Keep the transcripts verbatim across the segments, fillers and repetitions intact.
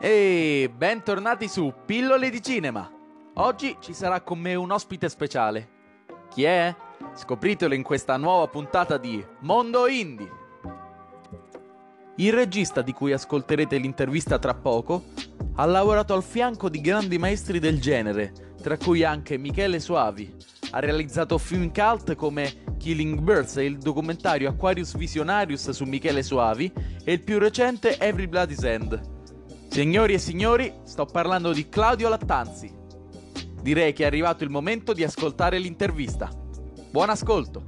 E bentornati su Pillole di Cinema. Oggi ci sarà con me un ospite speciale. Chi è? Scopritelo in questa nuova puntata di Mondo Indie. Il regista di cui ascolterete l'intervista tra poco ha lavorato al fianco di grandi maestri del genere, tra cui anche Michele Soavi. Ha realizzato film cult come Killing Birds e il documentario Aquarius Visionarius su Michele Soavi e il più recente Everybody's End. Signori e signori, sto parlando di Claudio Lattanzi. Direi che è arrivato il momento di ascoltare l'intervista. Buon ascolto!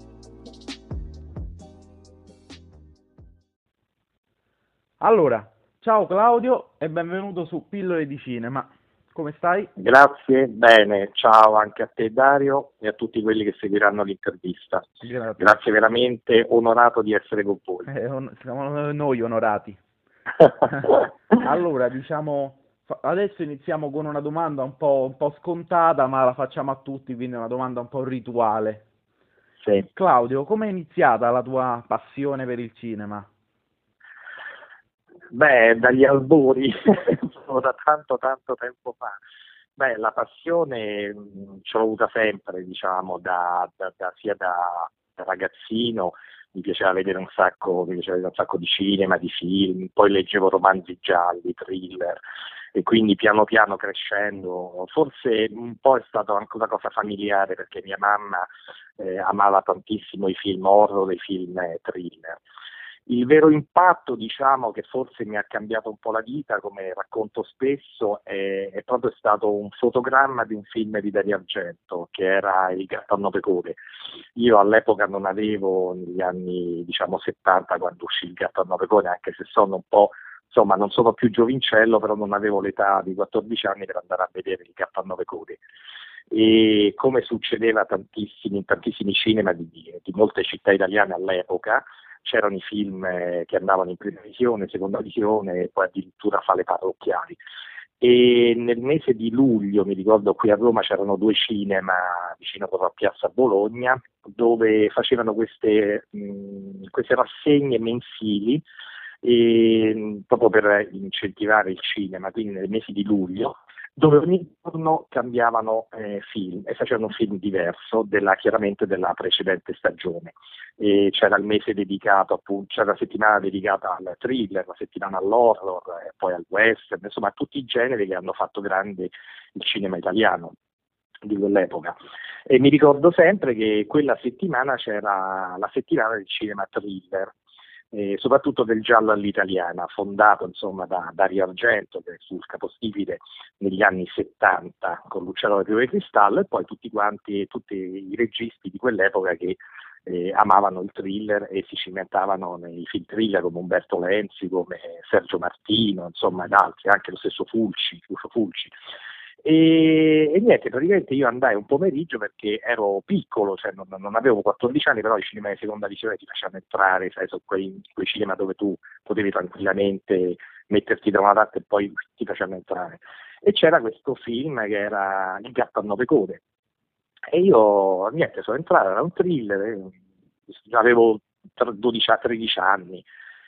Allora, ciao Claudio e benvenuto su Pillole di Cinema. Come stai? Grazie, bene, ciao anche a te Dario e a tutti quelli che seguiranno l'intervista. Grazie, Grazie veramente, onorato di essere con voi. Eh, on- siamo noi onorati. Allora, diciamo, fa- adesso iniziamo con una domanda un po', un po' scontata, ma la facciamo a tutti, quindi è una domanda un po' rituale. Sì. Claudio, come è iniziata la tua passione per il cinema? Beh, dagli albori, da tanto tanto tempo fa. Beh, la passione mh, ce l'ho avuta sempre, diciamo, da, da- da- sia da, da ragazzino, mi piaceva vedere un sacco, mi piaceva vedere un sacco di cinema, di film, poi leggevo romanzi gialli, thriller, e quindi piano piano crescendo, forse un po' è stata anche una cosa familiare perché mia mamma eh, amava tantissimo i film horror e i film eh, thriller. Il vero impatto, diciamo, che forse mi ha cambiato un po' la vita, come racconto spesso, è, è proprio stato un fotogramma di un film di Dario Argento, che era Il gatto a nove code. Io all'epoca non avevo, negli anni, diciamo, settanta, quando uscì Il gatto a nove code, anche se sono un po', insomma, non sono più giovincello, però non avevo l'età di quattordici anni per andare a vedere Il gatto a nove code. E come succedeva tantissimi, in tantissimi cinema di, di molte città italiane all'epoca, c'erano i film eh, che andavano in prima visione, seconda visione e poi addirittura fale parrocchiali. E nel mese di luglio, mi ricordo, qui a Roma c'erano due cinema vicino proprio a Piazza Bologna, dove facevano queste, mh, queste rassegne mensili e, proprio per incentivare il cinema, quindi nei mesi di luglio, dove ogni giorno cambiavano eh, film e facevano un film diverso della, chiaramente della precedente stagione. E c'era il mese dedicato, appunto, c'era la settimana dedicata al thriller, la settimana all'horror, e poi al western, insomma a tutti i generi che hanno fatto grande il cinema italiano di quell'epoca. E mi ricordo sempre che quella settimana c'era la settimana del cinema thriller, eh, soprattutto del giallo all'italiana, fondato insomma da Dario Argento, che fu il capostipite negli anni settanta con Luciano La Piove Cristallo, e poi tutti quanti, tutti i registi di quell'epoca che eh, amavano il thriller e si cimentavano nei film thriller come Umberto Lenzi, come Sergio Martino, insomma ed altri, anche lo stesso Fulci, Lucio Fulci. E, e niente, praticamente io andai un pomeriggio perché ero piccolo, cioè non, non avevo quattordici anni, però i cinema di seconda visione ti lasciano entrare, sai, sono quei, quei cinema dove tu potevi tranquillamente metterti da una parte e poi ti facevano entrare. E c'era questo film che era Il gatto a nove code. E io, niente, sono entrato, era un thriller, eh, avevo dodici a tredici anni,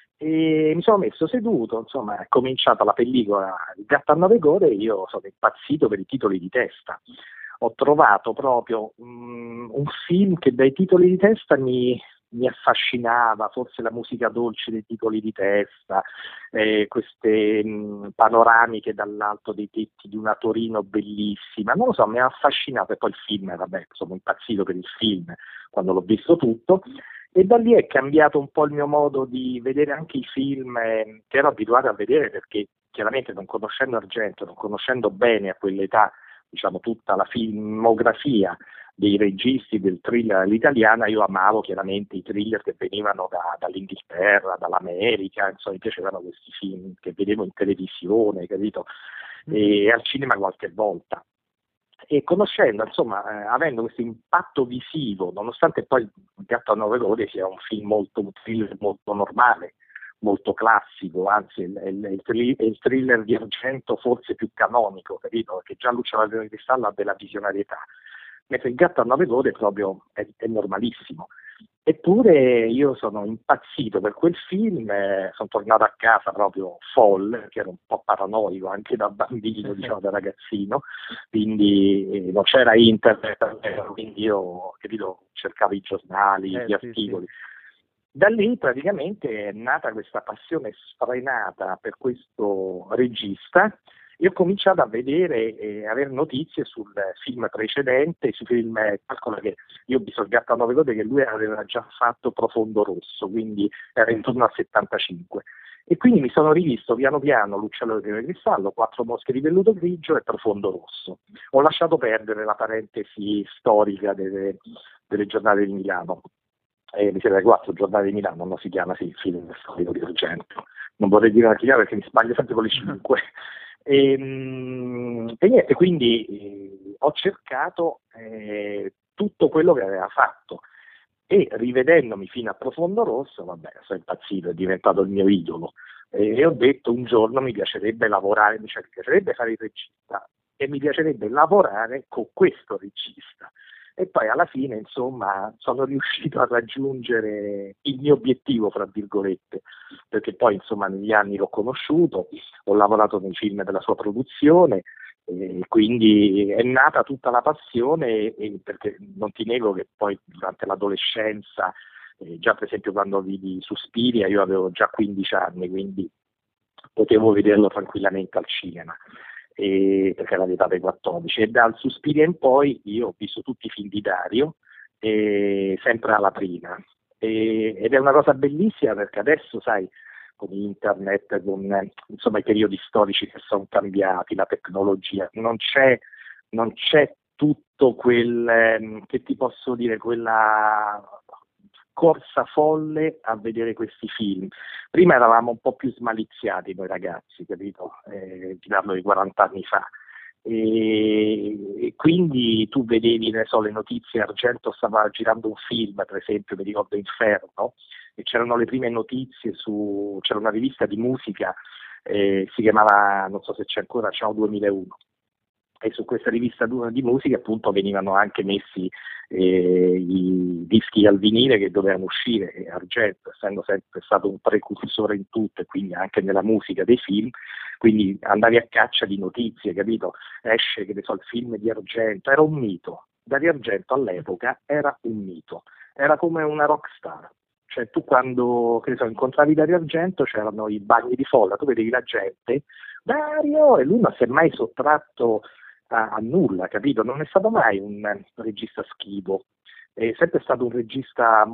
e mi sono messo seduto, insomma, è cominciata la pellicola Il gatto a nove code e io sono impazzito per i titoli di testa. Ho trovato proprio um, un film che dai titoli di testa mi, mi affascinava, forse la musica dolce dei titoli di testa, eh, queste mh, panoramiche dall'alto dei tetti di una Torino bellissima, non lo so, mi ha affascinato. E poi il film, vabbè, sono impazzito per il film quando l'ho visto tutto. E da lì è cambiato un po' il mio modo di vedere anche i film eh, che ero abituato a vedere, perché chiaramente non conoscendo Argento, non conoscendo bene a quell'età, diciamo, tutta la filmografia dei registi del thriller all'italiana, io amavo chiaramente i thriller che venivano da, dall'Inghilterra, dall'America, insomma mi piacevano questi film che vedevo in televisione, capito? E al cinema qualche volta. E conoscendo, insomma, eh, avendo questo impatto visivo, nonostante poi Il gatto a nove code sia un film molto, un thriller molto normale, molto classico, anzi è il, il, il, il thriller di Argento forse più canonico, capito? Perché già Luciano Cristallo ha della visionarietà, mentre Il gatto a nove code proprio è, è normalissimo. Eppure io sono impazzito per quel film, eh, sono tornato a casa proprio folle, perché ero un po' paranoico anche da bambino, diciamo da ragazzino, quindi eh, non c'era internet, quindi io capito, cercavo i giornali, Eh, gli sì, articoli. sì. Da lì praticamente è nata questa passione sfrenata per questo regista e ho cominciato a vedere e avere notizie sul film precedente, sui film, calcola che io ho visto il Gatto a nove code che lui aveva già fatto Profondo Rosso, quindi era intorno al settantacinque. E quindi mi sono rivisto piano piano L'uccello di Neve Cristallo, Quattro mosche di velluto grigio e Profondo Rosso. Ho lasciato perdere la parentesi storica delle, delle giornate di Milano. Eh, mi sembra quattro giornate di Milano, non si chiama sì, il film storico di Argento. Non vorrei dire una chiave perché mi sbaglio sempre con le cinque. E, mh, e niente, quindi eh, ho cercato eh, tutto quello che aveva fatto e rivedendomi fino a Profondo Rosso, vabbè, sono impazzito, è diventato il mio idolo. E, e ho detto un giorno mi piacerebbe lavorare, cioè mi piacerebbe fare il regista e mi piacerebbe lavorare con questo regista. E poi alla fine, insomma, sono riuscito a raggiungere il mio obiettivo, fra virgolette, perché poi, insomma, negli anni l'ho conosciuto, ho lavorato nei film della sua produzione, e quindi è nata tutta la passione, e, perché non ti nego che poi durante l'adolescenza, eh, già per esempio quando vidi Suspiria, io avevo già quindici anni, quindi potevo vederlo tranquillamente al cinema. E, perché era l'età dei quattordici, e dal Suspiria in poi io ho visto tutti i film di Dario, e sempre alla prima, e, ed è una cosa bellissima perché adesso sai con internet, con insomma i periodi storici che sono cambiati, la tecnologia, non c'è, non c'è tutto quel, che ti posso dire, quella corsa folle a vedere questi film. Prima eravamo un po' più smaliziati noi ragazzi, capito? Eh, ti parlo di quaranta anni fa. E, e quindi tu vedevi, ne so, le notizie, Argento stava girando un film, per esempio, mi ricordo Inferno, e c'erano le prime notizie su, c'era una rivista di musica, eh, si chiamava, non so se c'è ancora, Ciao duemilauno. E su questa rivista di musica appunto venivano anche messi eh, i dischi al vinile che dovevano uscire, e Argento essendo sempre stato un precursore in tutto e quindi anche nella musica dei film, quindi andavi a caccia di notizie, capito? Esce, che ne so, il film di Argento, era un mito. Dario Argento all'epoca era un mito, era come una rock star. Cioè tu quando, che ne so, incontravi Dario Argento c'erano i bagni di folla, tu vedevi la gente, Dario, e lui non si è mai sottratto a, a nulla, capito? Non è stato mai un, un regista schivo, è sempre stato un regista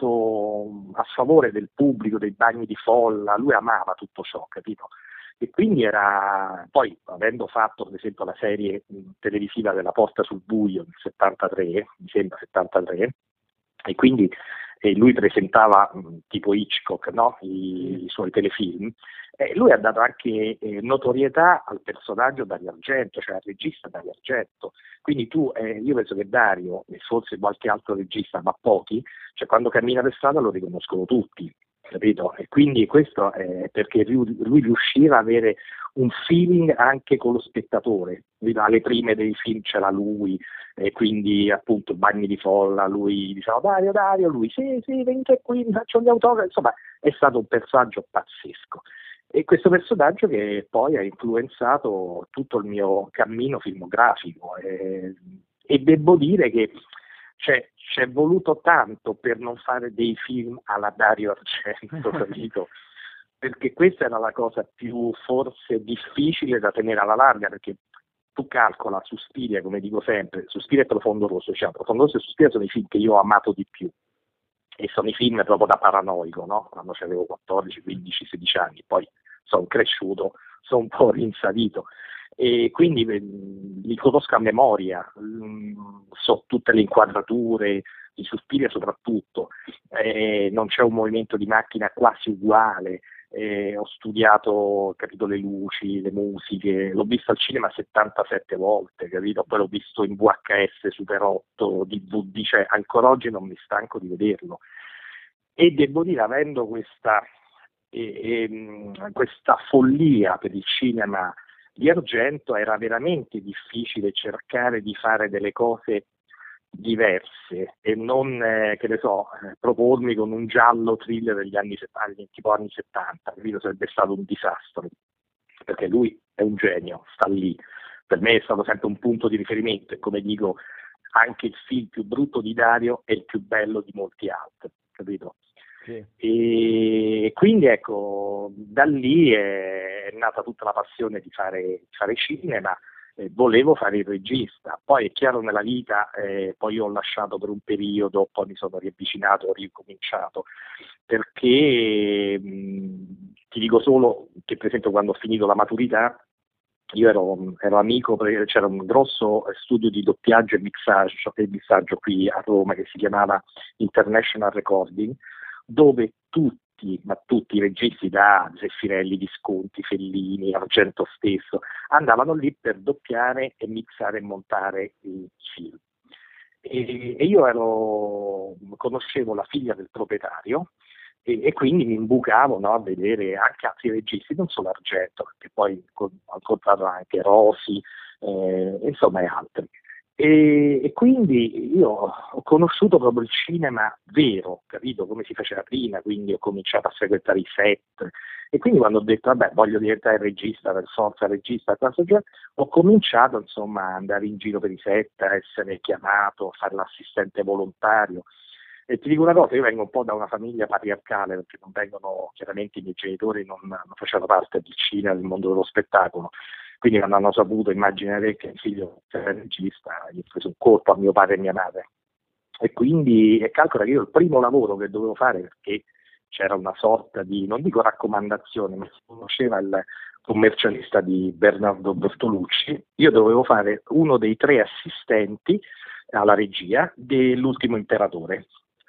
molto a favore del pubblico, dei bagni di folla, lui amava tutto ciò, capito? E quindi era, poi avendo fatto per esempio la serie televisiva della Porta sul Buio nel settantatré, mi sembra settantatré, e quindi e lui presentava mh, tipo Hitchcock, no? I, i suoi telefilm, e lui ha dato anche eh, notorietà al personaggio Dario Argento, cioè al regista Dario Argento. Quindi tu, eh, io penso che Dario, e forse qualche altro regista, ma pochi, cioè quando cammina per strada lo riconoscono tutti, capito? E quindi questo è perché lui, lui riusciva ad avere un feeling anche con lo spettatore. Alle prime dei film c'era lui, e quindi appunto bagni di folla, lui diceva Dario, Dario, lui sì, sì, venite qui, mi faccio gli autografi, insomma è stato un personaggio pazzesco. E questo personaggio che poi ha influenzato tutto il mio cammino filmografico, e, e devo dire che cioè, c'è voluto tanto per non fare dei film alla Dario Argento, capito? Perché questa era la cosa più forse difficile da tenere alla larga, perché tu calcola Suspiria, come dico sempre, Suspiria e Profondo Rosso, cioè Profondo Rosso e Suspiria sono i film che io ho amato di più, e sono i film proprio da paranoico, no? Quando avevo quattordici, quindici, sedici anni, poi sono cresciuto, sono un po' rinsalito, e quindi eh, li conosco a memoria, mh, so tutte le inquadrature, di Suspiria soprattutto, eh, non c'è un movimento di macchina quasi uguale. Eh, ho studiato, capito, le luci, le musiche, l'ho visto al cinema settantasette volte, capito? Poi l'ho visto in V H S, Super otto, D V D, cioè ancora oggi non mi stanco di vederlo. E devo dire, avendo questa, eh, eh, questa follia per il cinema di Argento, era veramente difficile cercare di fare delle cose diverse e non, eh, che ne so, eh, propormi con un giallo thriller degli anni settanta, tipo anni settanta, capito? Sarebbe stato un disastro, perché lui è un genio, sta lì. Per me è stato sempre un punto di riferimento e, come dico, anche il film più brutto di Dario è il più bello di molti altri, capito? Sì. E quindi ecco, da lì è, è nata tutta la passione di fare, di fare cinema. Eh, volevo fare il regista, poi è chiaro nella vita, eh, poi ho lasciato per un periodo, poi mi sono riavvicinato, ho ricominciato, perché mh, ti dico solo che per esempio quando ho finito la maturità io ero, ero amico, c'era un grosso studio di doppiaggio e mixaggio, e mixaggio qui a Roma che si chiamava International Recording, dove tutti, ma tutti i registi, da Zeffirelli, Visconti, Fellini, Argento stesso, andavano lì per doppiare e mixare e montare i film. E, e io ero, conoscevo la figlia del proprietario e, e quindi mi imbucavo, no, a vedere anche altri registi, non solo Argento, perché poi ho incontrato anche Rosi, eh, insomma, e altri. E, e quindi io ho conosciuto proprio il cinema vero, capito come si faceva prima, quindi ho cominciato a frequentare i set e quindi quando ho detto vabbè voglio diventare regista, per forza regista, ho cominciato insomma ad andare in giro per i set, a essere chiamato, a fare l'assistente volontario. E ti dico una cosa, io vengo un po' da una famiglia patriarcale, perché non vengono, chiaramente i miei genitori non, non facevano parte del cinema, del mondo dello spettacolo. Quindi quando hanno saputo, immaginare che il figlio era regista, gli ho preso un colpo a mio padre e mia madre. E quindi, e calcola che io il primo lavoro che dovevo fare, perché c'era una sorta di, non dico raccomandazione, ma si conosceva il commercialista di Bernardo Bertolucci, io dovevo fare uno dei tre assistenti alla regia dell'Ultimo Imperatore.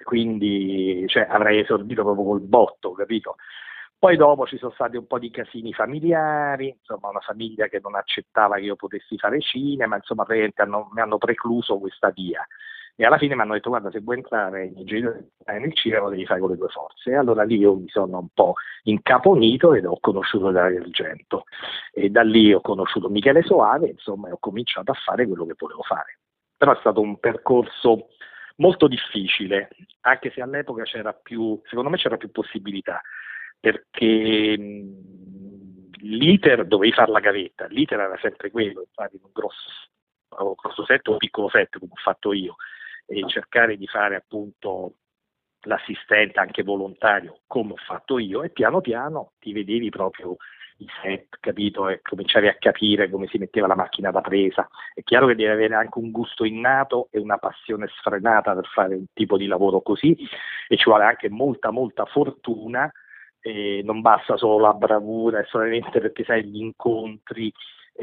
Quindi cioè, avrei esordito proprio col botto, capito? Poi dopo ci sono stati un po' di casini familiari, insomma una famiglia che non accettava che io potessi fare cinema, insomma praticamente hanno, mi hanno precluso questa via. E alla fine mi hanno detto guarda, se vuoi entrare i miei genitori nel cinema devi fare con le tue forze. E allora lì io mi sono un po' incaponito ed ho conosciuto Dario Argento. E da lì ho conosciuto Michele Soave, insomma, e ho cominciato a fare quello che volevo fare. Però è stato un percorso molto difficile, anche se all'epoca c'era più, secondo me c'era più possibilità, perché mh, l'iter dovevi fare la gavetta, l'iter era sempre quello, infatti in un grosso, un grosso set o un piccolo set come ho fatto io, e cercare di fare appunto l'assistente anche volontario come ho fatto io, e piano piano ti vedevi proprio i set, capito, e cominciavi a capire come si metteva la macchina da presa. È chiaro che devi avere anche un gusto innato e una passione sfrenata per fare un tipo di lavoro così, e ci vuole anche molta molta fortuna. Eh, non basta solo la bravura, è solamente perché sai gli incontri,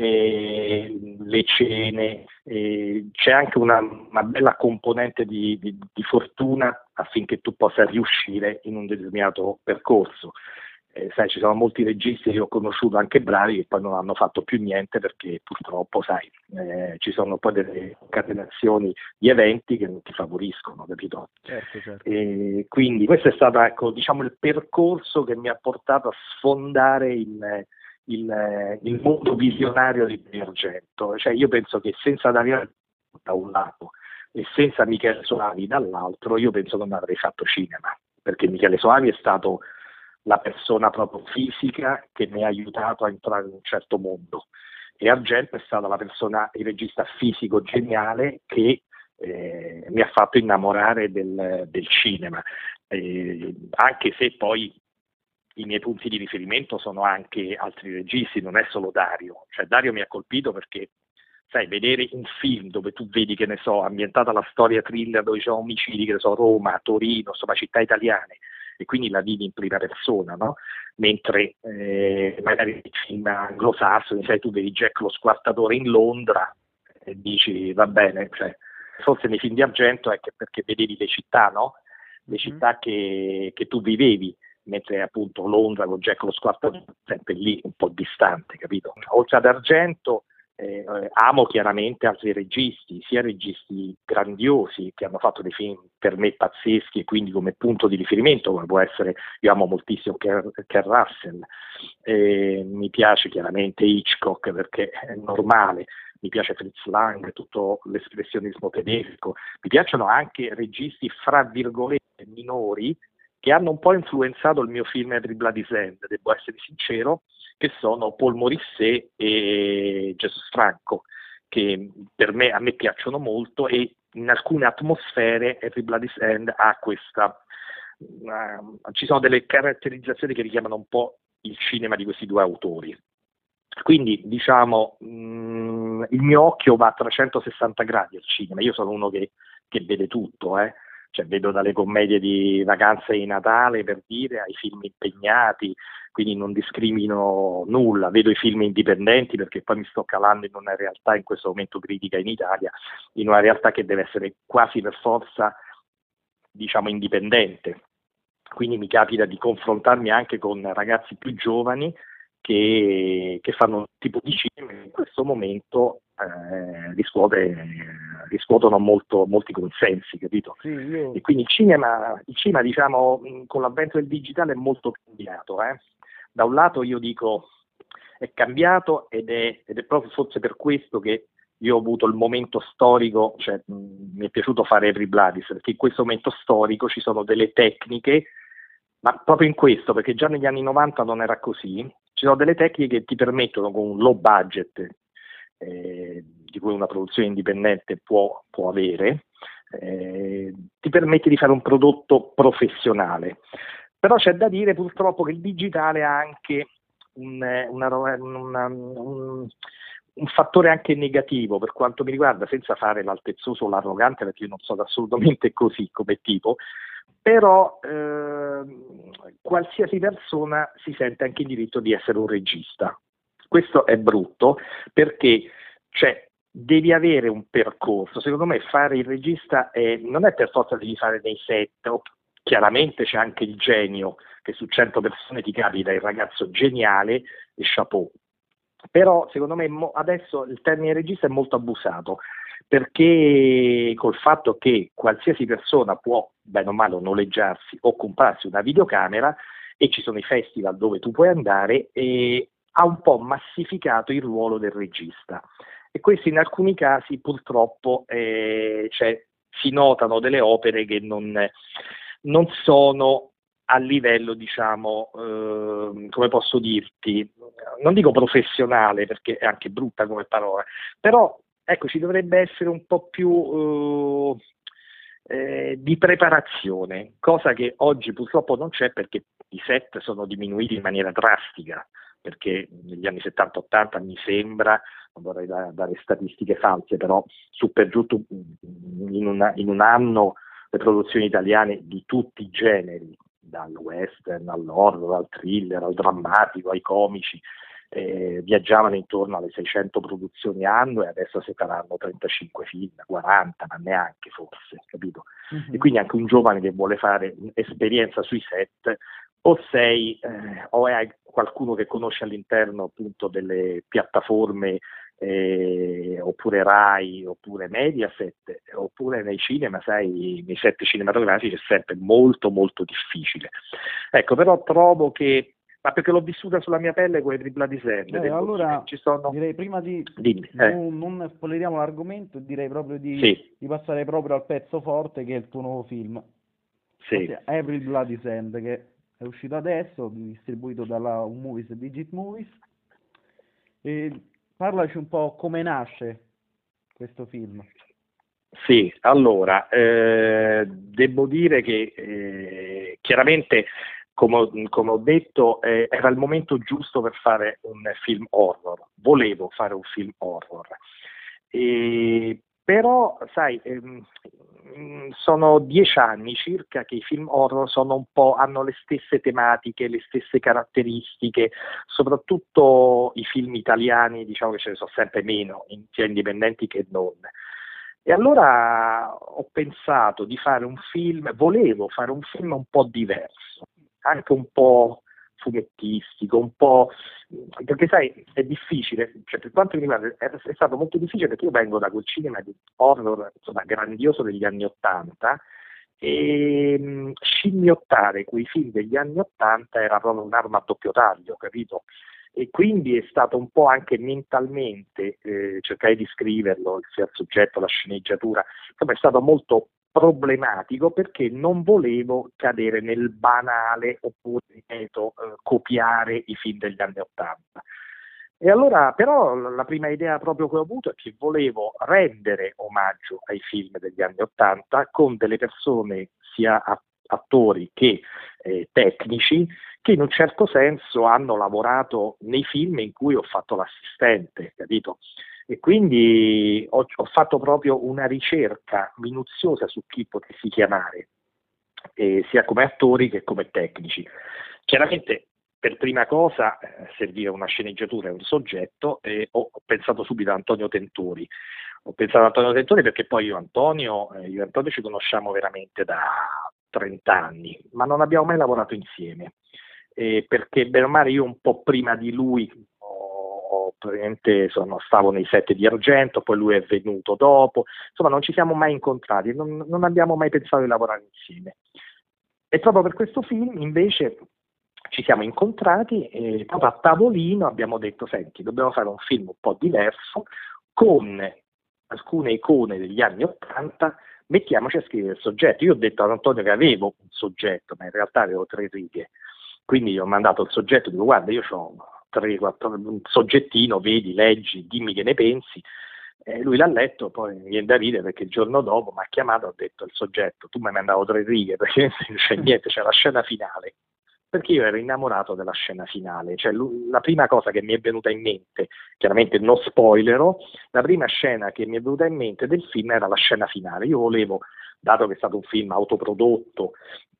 eh, le cene, eh, c'è anche una, una bella componente di, di, di fortuna affinché tu possa riuscire in un determinato percorso. Eh, sai, ci sono molti registi che ho conosciuto anche bravi che poi non hanno fatto più niente perché purtroppo sai, eh, ci sono poi delle concatenazioni di eventi che non ti favoriscono, capito? Certo, certo. E quindi questo è stato, ecco, diciamo, il percorso che mi ha portato a sfondare il, il, il mondo visionario di Argento. Cioè io penso che senza Dario da un lato e senza Michele Soavi dall'altro io penso che non avrei fatto cinema, perché Michele Soavi è stato la persona proprio fisica che mi ha aiutato a entrare in un certo mondo, e Argento è stata la persona, il regista fisico geniale che eh, mi ha fatto innamorare del, del cinema, eh, anche se poi i miei punti di riferimento sono anche altri registi, non è solo Dario. Cioè Dario mi ha colpito perché sai, vedere un film dove tu vedi, che ne so, ambientata la storia thriller dove c'è omicidi, che ne so, Roma, Torino, insomma città italiane, e quindi la vivi in prima persona, no? Mentre eh, magari nei film anglosassoni, sai, tu vedi Jack lo squartatore in Londra e dici va bene, cioè, forse nei film di Argento è che perché vedevi le città, no? Le città mm. che, che tu vivevi, mentre appunto Londra con Jack lo squartatore sempre lì un po' distante, capito? Oltre ad Argento Eh, amo chiaramente altri registi, sia registi grandiosi che hanno fatto dei film per me pazzeschi e quindi come punto di riferimento, come può essere, io amo moltissimo Ker, Ker Russell, eh, mi piace chiaramente Hitchcock perché è normale, mi piace Fritz Lang, tutto l'espressionismo tedesco, mi piacciono anche registi fra virgolette minori che hanno un po' influenzato il mio film Every Bloody Sand, devo essere sincero, che sono Paul Morisset e Jesus Franco, che per me, a me piacciono molto, e in alcune atmosfere Every Bloody Sand ha questa, uh, ci sono delle caratterizzazioni che richiamano un po' il cinema di questi due autori. Quindi diciamo mh, il mio occhio va a trecentosessanta gradi al cinema, io sono uno che, che vede tutto, eh. Cioè, vedo dalle commedie di vacanze di Natale, per dire, ai film impegnati, quindi non discrimino nulla, vedo i film indipendenti perché poi mi sto calando in una realtà in questo momento critica in Italia, in una realtà che deve essere quasi per forza, diciamo, indipendente. Quindi mi capita di confrontarmi anche con ragazzi più giovani che, che fanno un tipo di cinema che in questo momento eh, riscuote, riscuotono molto, molti consensi, capito? Sì, io... E quindi il cinema, il cinema, diciamo, con l'avvento del digitale è molto cambiato. Eh? Da un lato io dico è cambiato ed è, ed è proprio forse per questo che io ho avuto il momento storico, cioè mh, mi è piaciuto fare Every Bloody, perché in questo momento storico ci sono delle tecniche, ma proprio in questo, perché già negli anni novanta non era così, ci sono delle tecniche che ti permettono con un low budget, eh, di cui una produzione indipendente può, può avere, eh, ti permette di fare un prodotto professionale. Però c'è da dire purtroppo che il digitale ha anche un, una, una, un, un fattore anche negativo per quanto mi riguarda, senza fare l'altezzoso o l'arrogante, perché io non sono assolutamente così come tipo, però eh, qualsiasi persona si sente anche in diritto di essere un regista. Questo è brutto perché cioè, devi avere un percorso. Secondo me fare il regista è, non è per forza devi fare dei set, o, chiaramente c'è anche il genio, che su cento persone ti capita il ragazzo geniale e chapeau. Però secondo me mo, adesso il termine regista è molto abusato, perché col fatto che qualsiasi persona può, bene o male, noleggiarsi o comprarsi una videocamera e ci sono i festival dove tu puoi andare, e ha un po' massificato il ruolo del regista. E questo in alcuni casi purtroppo eh, cioè, si notano delle opere che non, non sono a livello, diciamo, eh, come posso dirti, non dico professionale perché è anche brutta come parola, però ecco, ci dovrebbe essere un po' più eh, eh, di preparazione, cosa che oggi purtroppo non c'è perché i set sono diminuiti in maniera drastica, perché negli anni settanta ottanta mi sembra, non vorrei da, dare statistiche false, però su per giù in, una, in un anno le produzioni italiane di tutti i generi, dal western all'horror, al thriller, al drammatico, ai comici, eh, viaggiavano intorno alle seicento produzioni anno, e adesso si faranno trentacinque film, quaranta, ma neanche forse, capito? Mm-hmm. E quindi anche un giovane che vuole fare esperienza sui set, o sei eh, o hai qualcuno che conosce all'interno appunto delle piattaforme, eh, oppure Rai, oppure Mediaset, oppure nei cinema, sai, nei set cinematografici è sempre molto molto difficile. Ecco, però trovo che, ma perché l'ho vissuta sulla mia pelle con Every Bloody Sand, eh, allora ci sono... direi prima di Dimmi, eh. non, non spoileriamo l'argomento, direi proprio di, sì. di passare proprio al pezzo forte che è il tuo nuovo film, sì. ossia Every Bloody Sand, che è uscito adesso, distribuito dalla Un Movies e Digit Movies. E parlaci un po' come nasce questo film. Sì, allora, eh, devo dire che eh, chiaramente, come, come ho detto, eh, era il momento giusto per fare un film horror. Volevo fare un film horror. E, però, sai, ehm, sono dieci anni circa che i film horror sono un po', hanno le stesse tematiche, le stesse caratteristiche, soprattutto i film italiani, diciamo che ce ne sono sempre meno, sia indipendenti che non. E allora ho pensato di fare un film, volevo fare un film un po' diverso, anche un po' fumettistico, un po', perché sai, è difficile, cioè per quanto mi riguarda è, è stato molto difficile perché io vengo da quel cinema di horror, insomma, grandioso degli anni Ottanta, e mh, scimmiottare quei film degli anni Ottanta era proprio un'arma a doppio taglio, capito? e quindi è stato un po' anche mentalmente eh, cercare di scriverlo, sia il soggetto, la sceneggiatura, insomma è stato molto problematico perché non volevo cadere nel banale oppure, ripeto, eh, copiare i film degli anni Ottanta. E allora, però, la prima idea proprio che ho avuto è che volevo rendere omaggio ai film degli anni Ottanta con delle persone, sia attori che eh, tecnici, che in un certo senso hanno lavorato nei film in cui ho fatto l'assistente, capito? E quindi ho, ho fatto proprio una ricerca minuziosa su chi potessi chiamare, eh, sia come attori che come tecnici. Chiaramente, per prima cosa, eh, serviva una sceneggiatura e un soggetto, e ho, ho pensato subito a Antonio Tentori. Ho pensato a Antonio Tentori perché poi io e Antonio, eh, io e Antonio ci conosciamo veramente da trenta anni, ma non abbiamo mai lavorato insieme, eh, perché bene o male io un po' prima di lui ho, praticamente sono, stavo nei Sette di Argento, poi lui è venuto dopo, insomma non ci siamo mai incontrati, non, non abbiamo mai pensato di lavorare insieme. E proprio per questo film invece ci siamo incontrati e proprio a tavolino abbiamo detto: senti, dobbiamo fare un film un po' diverso con alcune icone degli anni Ottanta, mettiamoci a scrivere il soggetto. Io ho detto ad Antonio che avevo un soggetto, ma in realtà avevo tre righe, quindi gli ho mandato il soggetto, dico: guarda, io ho tre, quattro, un soggettino, vedi, leggi, dimmi che ne pensi. Eh, lui l'ha letto, poi mi viene da ridere perché il giorno dopo mi ha chiamato e ha detto: il soggetto, tu mi hai mandato tre righe, perché non c'è niente, c'è la scena finale. Perché io ero innamorato della scena finale, cioè la prima cosa che mi è venuta in mente, chiaramente non spoilerò, la prima scena che mi è venuta in mente del film era la scena finale. Io volevo, dato che è stato un film autoprodotto,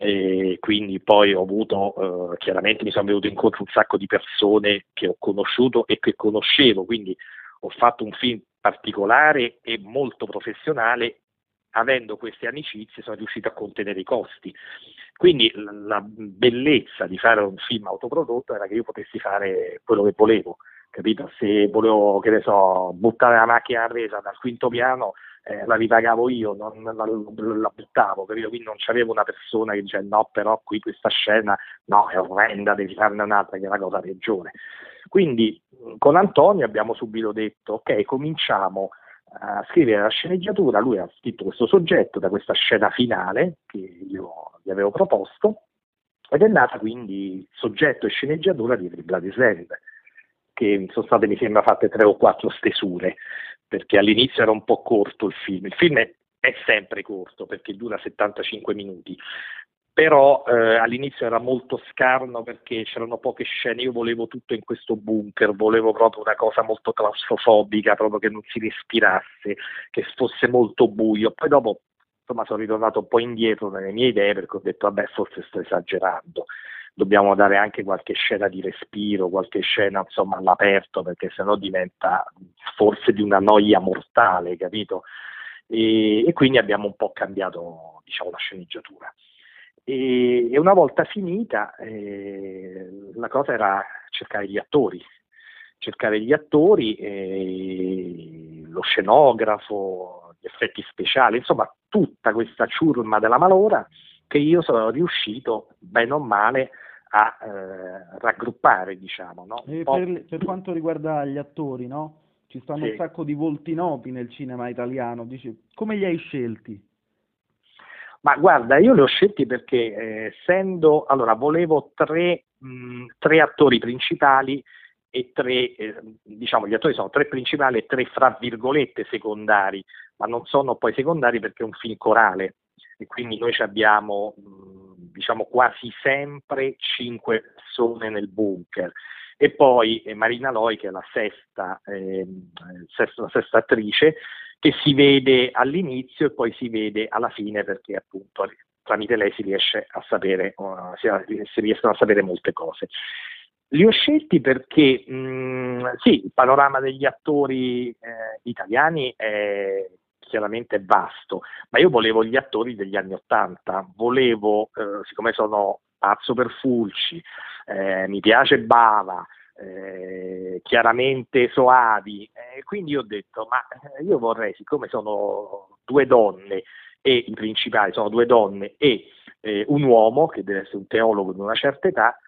e quindi poi ho avuto, eh, chiaramente mi sono venuto incontro un sacco di persone che ho conosciuto e che conoscevo, quindi ho fatto un film particolare e molto professionale. Avendo queste amicizie sono riuscito a contenere i costi, quindi la bellezza di fare un film autoprodotto era che io potessi fare quello che volevo, capito? Se volevo, che ne so, buttare la macchina a resa dal quinto piano, eh, la ripagavo io, non la, la buttavo, capito? Quindi non c'avevo una persona che dice: no, però qui questa scena no, è orrenda, devi farne un'altra, che è la cosa peggiore. Quindi con Antonio abbiamo subito detto: ok, cominciamo a scrivere la sceneggiatura. Lui ha scritto questo soggetto da questa scena finale che io gli avevo proposto, ed è nata quindi soggetto e sceneggiatura di Every Bloody Slave, che sono state, mi sembra, fatte tre o quattro stesure, perché all'inizio era un po' corto il film. Il film è, è sempre corto perché dura settantacinque minuti, però eh, all'inizio era molto scarno perché c'erano poche scene. Io volevo tutto in questo bunker, volevo proprio una cosa molto claustrofobica, proprio che non si respirasse, che fosse molto buio. Poi dopo, insomma, sono ritornato un po' indietro nelle mie idee, perché ho detto: vabbè, forse sto esagerando, dobbiamo dare anche qualche scena di respiro, qualche scena, insomma, all'aperto, perché sennò diventa forse di una noia mortale, capito? E, e quindi abbiamo un po' cambiato, diciamo, la sceneggiatura. E, e una volta finita, eh, la cosa era cercare gli attori, cercare gli attori, eh, lo scenografo, gli effetti speciali, insomma tutta questa ciurma della malora che io sono riuscito, bene o male, a eh, raggruppare, diciamo, no? E per, per quanto riguarda gli attori, no? Ci stanno Sì. un sacco di volti noti nel cinema italiano. Dici, come li hai scelti? Ma guarda, io li ho scelti perché eh, essendo, allora, volevo tre, mh, tre attori principali e tre, eh, diciamo, gli attori sono tre principali e tre, fra virgolette, secondari, ma non sono poi secondari perché è un film corale, e quindi noi ci abbiamo, mh, diciamo, quasi sempre cinque persone nel bunker. E poi eh, Marina Loi, che è la sesta, eh, sesta, la sesta attrice, che si vede all'inizio e poi si vede alla fine, perché appunto tramite lei si riesce a sapere, uh, si, si riescono a sapere molte cose. Li ho scelti perché mh, sì, il panorama degli attori eh, italiani è chiaramente vasto, ma io volevo gli attori degli anni Ottanta, volevo, eh, siccome sono pazzo per Fulci, eh, mi piace Bava, Eh, chiaramente Soavi, eh, quindi ho detto: ma io vorrei, siccome sono due donne e i principali sono due donne e eh, un uomo che deve essere un teologo di una certa età,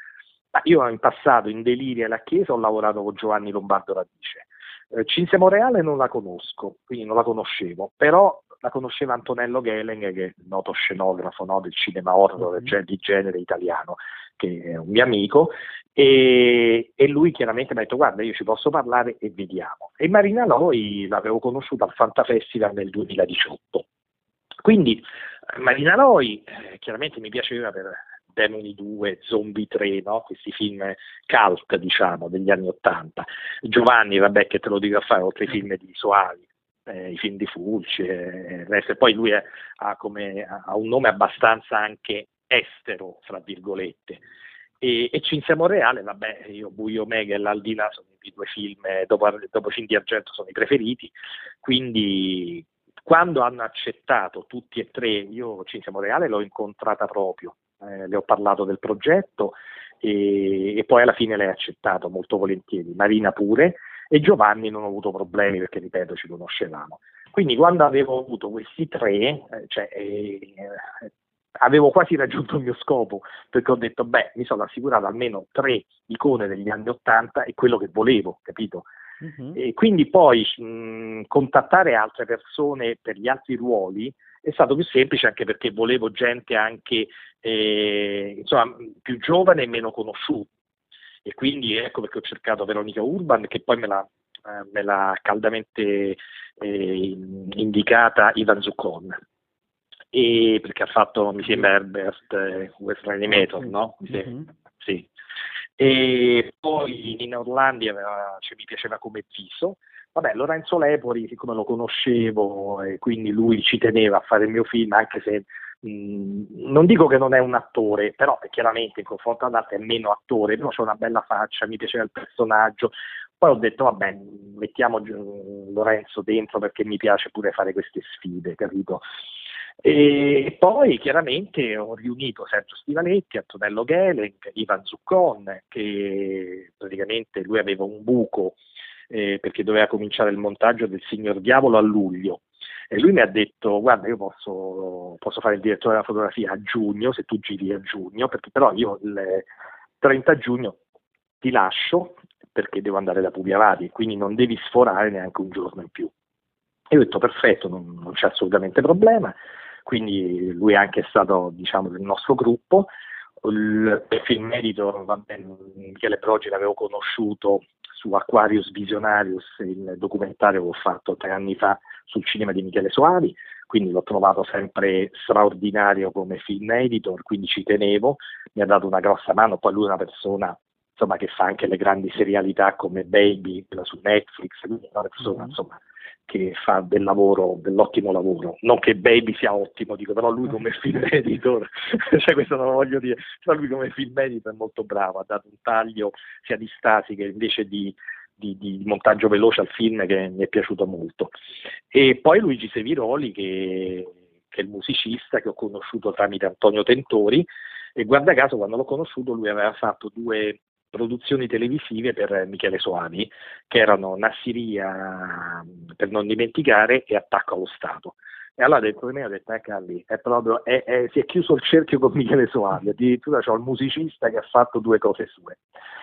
Ma io in passato in Deliria e la Chiesa ho lavorato con Giovanni Lombardo Radice. Eh, Cinzia Monreale non la conosco, quindi non la conoscevo, però la conosceva Antonello Gehlen, che è il noto scenografo, no, del cinema horror Mhm. di genere italiano, che è un mio amico, e, e lui chiaramente mi ha detto guarda, io ci posso parlare e vediamo. E Marina Loi l'avevo conosciuta al Fantafestival nel duemiladiciotto. Quindi Marina Loi eh, chiaramente mi piaceva per Demoni due, Zombie tre, no? Questi film cult, diciamo, degli anni Ottanta. Giovanni, vabbè, che te lo dico a fare, oltre ai film di Soavi, eh, i film di Fulci, eh, eh, poi lui è, ha, come, ha un nome abbastanza anche estero, fra virgolette. E, e Cinzia Monreale, vabbè, io Buio Mega e L'Aldilà sono i due film, eh, dopo, dopo Film di Argento sono i preferiti, quindi quando hanno accettato tutti e tre, io Cinzia Monreale l'ho incontrata proprio, eh, le ho parlato del progetto e, e poi alla fine lei ha accettato molto volentieri, Marina pure, e Giovanni non ho avuto problemi perché, ripeto, ci conoscevamo. Quindi quando avevo avuto questi tre, eh, cioè, eh, avevo quasi raggiunto il mio scopo, perché ho detto, beh, mi sono assicurato almeno tre icone degli anni Ottanta e quello che volevo, capito? Mhm. E quindi poi mh, contattare altre persone per gli altri ruoli è stato più semplice, anche perché volevo gente anche eh, insomma, più giovane e meno conosciuta. E quindi ecco perché ho cercato Veronica Urban, che poi me l'ha, eh, me l'ha caldamente eh, indicata Ivan Zuccon. E perché ha fatto, mi sembra, Herbert, eh, West Reanimator, no? Mi sembra. Mhm. Sì. E poi Nina Orlandi aveva, cioè, mi piaceva come viso. Vabbè, Lorenzo Lepori, siccome lo conoscevo e quindi lui ci teneva a fare il mio film, anche se mh, non dico che non è un attore, però chiaramente in confronto ad altri è meno attore, però c'ha una bella faccia, mi piaceva il personaggio. Poi ho detto, vabbè, mettiamo Lorenzo dentro perché mi piace pure fare queste sfide, capito? E poi chiaramente ho riunito Sergio Stivaletti, Antonello Gehlen, Ivan Zuccon, che praticamente lui aveva un buco eh, perché doveva cominciare il montaggio del Signor Diavolo a luglio. E lui mi ha detto, guarda, io posso, posso fare il direttore della fotografia a giugno, se tu giri a giugno, perché però io il trenta giugno ti lascio perché devo andare da Pugliavati, quindi non devi sforare neanche un giorno in più. E io ho detto, perfetto, non, non c'è assolutamente problema. Quindi lui è anche stato, diciamo, del nostro gruppo. Il film editor, va bene, Michele Brogi l'avevo conosciuto su Aquarius Visionarius, il documentario che ho fatto tre anni fa sul cinema di Michele Soavi, quindi l'ho trovato sempre straordinario come film editor, quindi ci tenevo, mi ha dato una grossa mano. Poi lui è una persona, insomma, che fa anche le grandi serialità come Baby, quella su Netflix, quindi è una persona, Mhm. insomma, che fa del lavoro, dell'ottimo lavoro. Non che Baby sia ottimo, dico, però lui come film editor, cioè questo non lo voglio dire, però lui come film editor è molto bravo, ha dato un taglio sia di stasi che invece di, di, di montaggio veloce al film che mi è piaciuto molto. E poi Luigi Seviroli, che, che è il musicista che ho conosciuto tramite Antonio Tentori, e guarda caso quando l'ho conosciuto lui aveva fatto due produzioni televisive per Michele Soavi, che erano Nassiria, per non dimenticare, e Attacco allo Stato. E allora dentro di me ho detto, ecco lì, è proprio, è, è, si è chiuso il cerchio con Michele Soavi, addirittura c'ho il musicista che ha fatto due cose sue.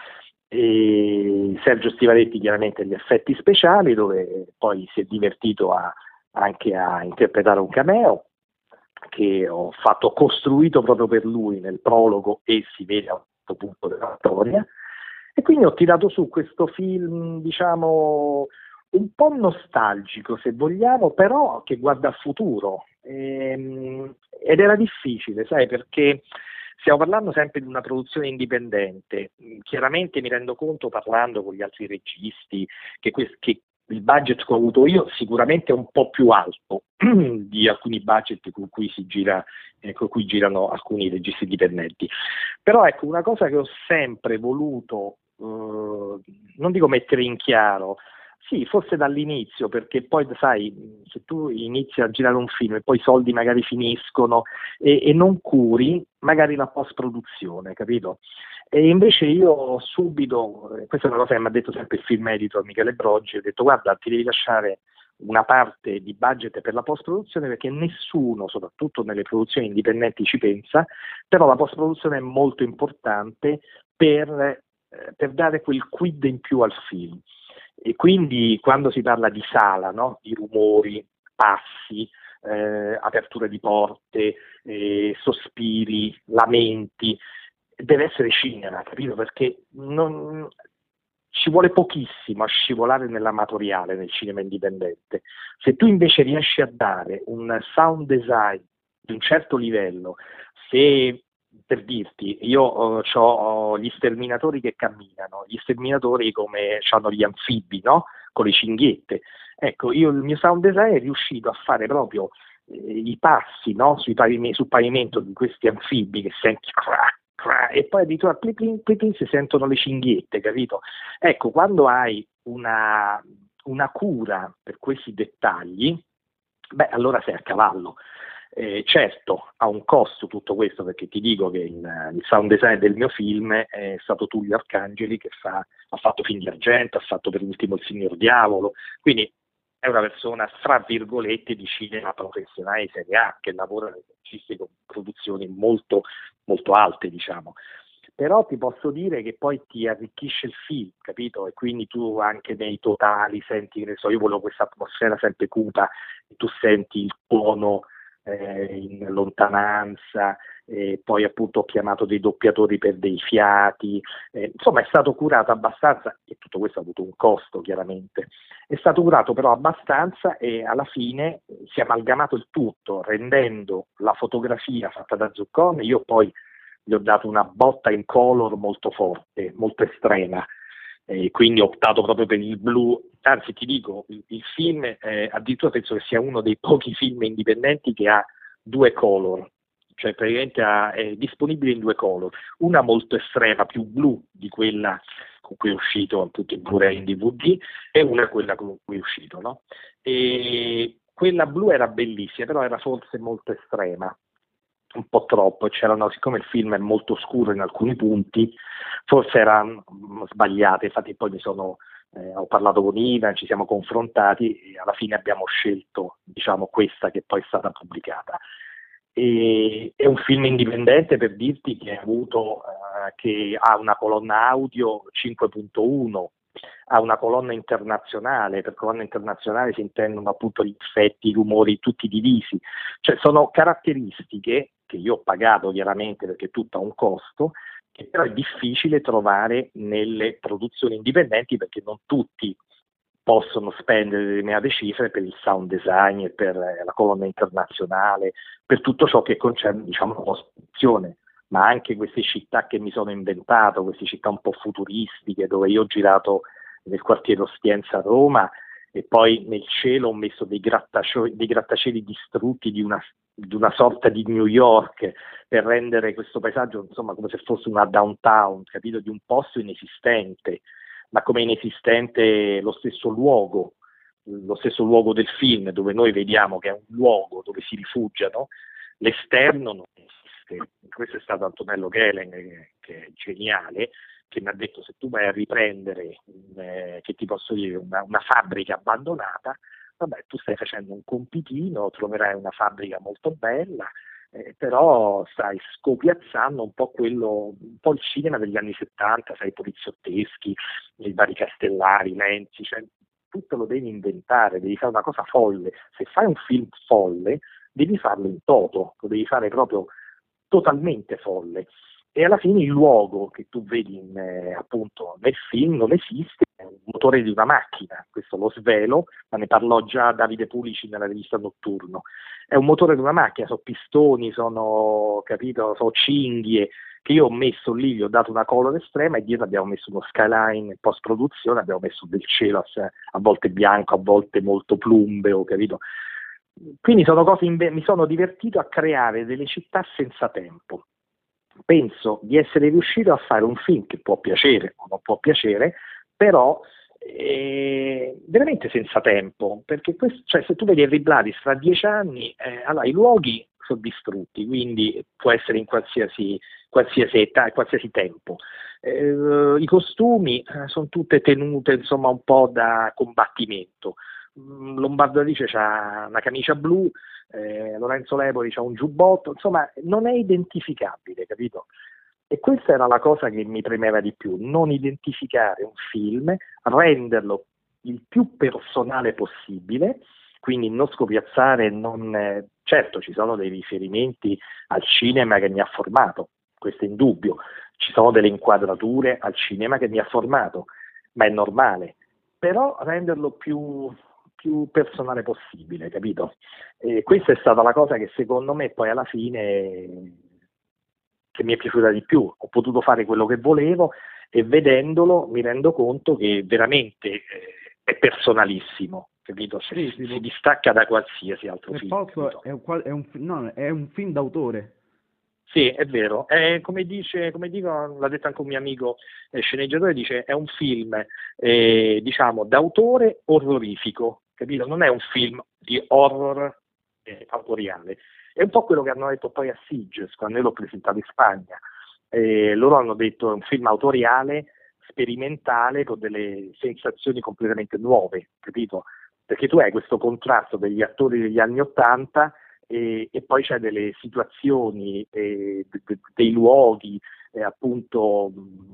E Sergio Stivaletti chiaramente gli effetti speciali, dove poi si è divertito a, anche a interpretare un cameo, che ho fatto costruito proprio per lui nel prologo e si vede a un certo punto della storia. E quindi ho tirato su questo film, diciamo, un po' nostalgico, se vogliamo, però che guarda al futuro. Ehm, ed era difficile, sai, perché stiamo parlando sempre di una produzione indipendente. Chiaramente mi rendo conto, parlando con gli altri registi, che, que- che il budget che ho avuto io sicuramente è un po' più alto di alcuni budget con cui si gira, eh, con cui girano alcuni registi indipendenti. Però ecco, una cosa che ho sempre voluto, eh, non dico mettere in chiaro, sì, forse dall'inizio, perché poi sai, se tu inizi a girare un film e poi i soldi magari finiscono e, e non curi, magari la post-produzione, capito? E invece io subito, questa è una cosa che mi ha detto sempre il film editor Michele Brogi, ho detto guarda, ti devi lasciare una parte di budget per la post-produzione perché nessuno, soprattutto nelle produzioni indipendenti, ci pensa, però la post-produzione è molto importante per, eh, per dare quel quid in più al film. E quindi quando si parla di sala, no? Di rumori, passi, eh, aperture di porte, eh, sospiri, lamenti, deve essere cinema, capito? Perché non, ci vuole pochissimo a scivolare nell'amatoriale nel cinema indipendente. Se tu invece riesci a dare un sound design di un certo livello, se per dirti, io uh, ho gli sterminatori che camminano, gli sterminatori come hanno gli anfibi, no? Con le cinghiette. Ecco, io il mio sound design è riuscito a fare proprio eh, i passi, no? Sui pavimenti, sul pavimento di questi anfibi che senti crack, crack, e poi addirittura plin, plin, plin, plin, si sentono le cinghiette, capito? Ecco, quando hai una, una cura per questi dettagli, beh, allora sei a cavallo. Eh, certo, ha un costo tutto questo, perché ti dico che il, il sound design del mio film è stato Tullio Arcangeli, che fa, ha fatto Film di Argento, ha fatto per ultimo Il Signor Diavolo, quindi è una persona, fra virgolette, di cinema professionale di serie A, che lavora nei registi con produzioni molto, molto alte, diciamo. Però ti posso dire che poi ti arricchisce il film, capito? E quindi tu anche nei totali senti, che ne so, io volevo questa atmosfera sempre cupa, e tu senti il tuono in lontananza, eh, poi appunto ho chiamato dei doppiatori per dei fiati, eh, insomma è stato curato abbastanza, e tutto questo ha avuto un costo chiaramente, è stato curato però abbastanza, e alla fine si è amalgamato il tutto, rendendo la fotografia fatta da Zuccone, io poi gli ho dato una botta in color molto forte, molto estrema, e quindi ho optato proprio per il blu. Anzi, ti dico, il, il film, eh, addirittura penso che sia uno dei pochi film indipendenti che ha due color, cioè praticamente ha, è disponibile in due color, una molto estrema, più blu di quella con cui è uscito appunto in Blu-ray in D V D, e una quella con cui è uscito, no? E quella blu era bellissima, però era forse molto estrema, un po' troppo, c'erano, siccome il film è molto scuro in alcuni punti, forse erano sbagliate, infatti poi mi sono, eh, ho parlato con Ivan, ci siamo confrontati e alla fine abbiamo scelto, diciamo, questa che poi è stata pubblicata. E, è un film indipendente, per dirti, che ha avuto, eh, che ha una colonna audio cinque punto uno, ha una colonna internazionale, per colonna internazionale si intendono appunto gli effetti, i rumori tutti divisi, cioè sono caratteristiche che io ho pagato chiaramente perché tutto ha un costo, che però è difficile trovare nelle produzioni indipendenti, perché non tutti possono spendere determinate cifre per il sound design e per la colonna internazionale, per tutto ciò che concerne, diciamo, la post-produzione, ma anche queste città che mi sono inventato, queste città un po' futuristiche, dove io ho girato nel quartiere Ostiense a Roma, e poi nel cielo ho messo dei, grattacieli, dei grattacieli distrutti di una, di una sorta di New York, per rendere questo paesaggio, insomma, come se fosse una downtown, capito, di un posto inesistente, ma come inesistente lo stesso luogo, lo stesso luogo del film, dove noi vediamo che è un luogo dove si rifugiano, l'esterno non esiste. Questo è stato Antonello Gehlen, che, che è geniale, che mi ha detto: se tu vai a riprendere, eh, che ti posso dire, una, una fabbrica abbandonata, vabbè, tu stai facendo un compitino, troverai una fabbrica molto bella, eh, però stai scopiazzando un po' quello, un po' il cinema degli anni settanta, sai, i poliziotteschi, i vari Castellari, Lenzi, cioè tutto lo devi inventare, devi fare una cosa folle. Se fai un film folle, devi farlo in toto, lo devi fare proprio totalmente folle. E alla fine il luogo che tu vedi in, eh, appunto nel film non esiste, è un motore di una macchina, questo lo svelo, ma ne parlò già Davide Pulici nella rivista Notturno. È un motore di una macchina, sono pistoni, sono, capito, sono cinghie, che io ho messo lì, gli ho dato una color estrema, e dietro abbiamo messo uno skyline in post-produzione, abbiamo messo del cielo a, a volte bianco, a volte molto plumbeo, capito? Quindi sono cose inve- mi sono divertito a creare delle città senza tempo. Penso di essere riuscito a fare un film che può piacere o non può piacere, però eh, veramente senza tempo, perché questo, cioè, se tu vedi Harry Bladis fra dieci anni, eh, allora i luoghi sono distrutti, quindi può essere in qualsiasi, qualsiasi età, qualsiasi tempo. Eh, I costumi eh, sono tutte tenute, insomma, un po' da combattimento. Lombardo Alice c'ha una camicia blu, eh, Lorenzo Lepori c'ha un giubbotto, insomma non è identificabile, capito? E questa era la cosa che mi premeva di più, non identificare un film, renderlo il più personale possibile, quindi non scopiazzare, non, eh, certo ci sono dei riferimenti al cinema che mi ha formato, questo è indubbio, ci sono delle inquadrature al cinema che mi ha formato, ma è normale, però renderlo più, più personale possibile, capito? E questa è stata la cosa che secondo me poi alla fine che mi è piaciuta di più, ho potuto fare quello che volevo e vedendolo mi rendo conto che veramente eh, è personalissimo, capito? Si, Sì, sì, si distacca da qualsiasi altro se film. posso, è un, qual- è un fi- no, è un film d'autore. Sì, è vero, è, come dice, come dico, l'ha detto anche un mio amico eh, sceneggiatore, dice è un film eh, diciamo d'autore orrorifico, capito? Non è un film di horror eh, autoriale, è un po' quello che hanno detto poi a Sitges quando io l'ho presentato in Spagna. Eh, loro hanno detto è un film autoriale, sperimentale, con delle sensazioni completamente nuove, capito? Perché tu hai questo contrasto degli attori degli anni Ottanta e, e poi c'è delle situazioni, eh, de, de, dei luoghi, eh, appunto,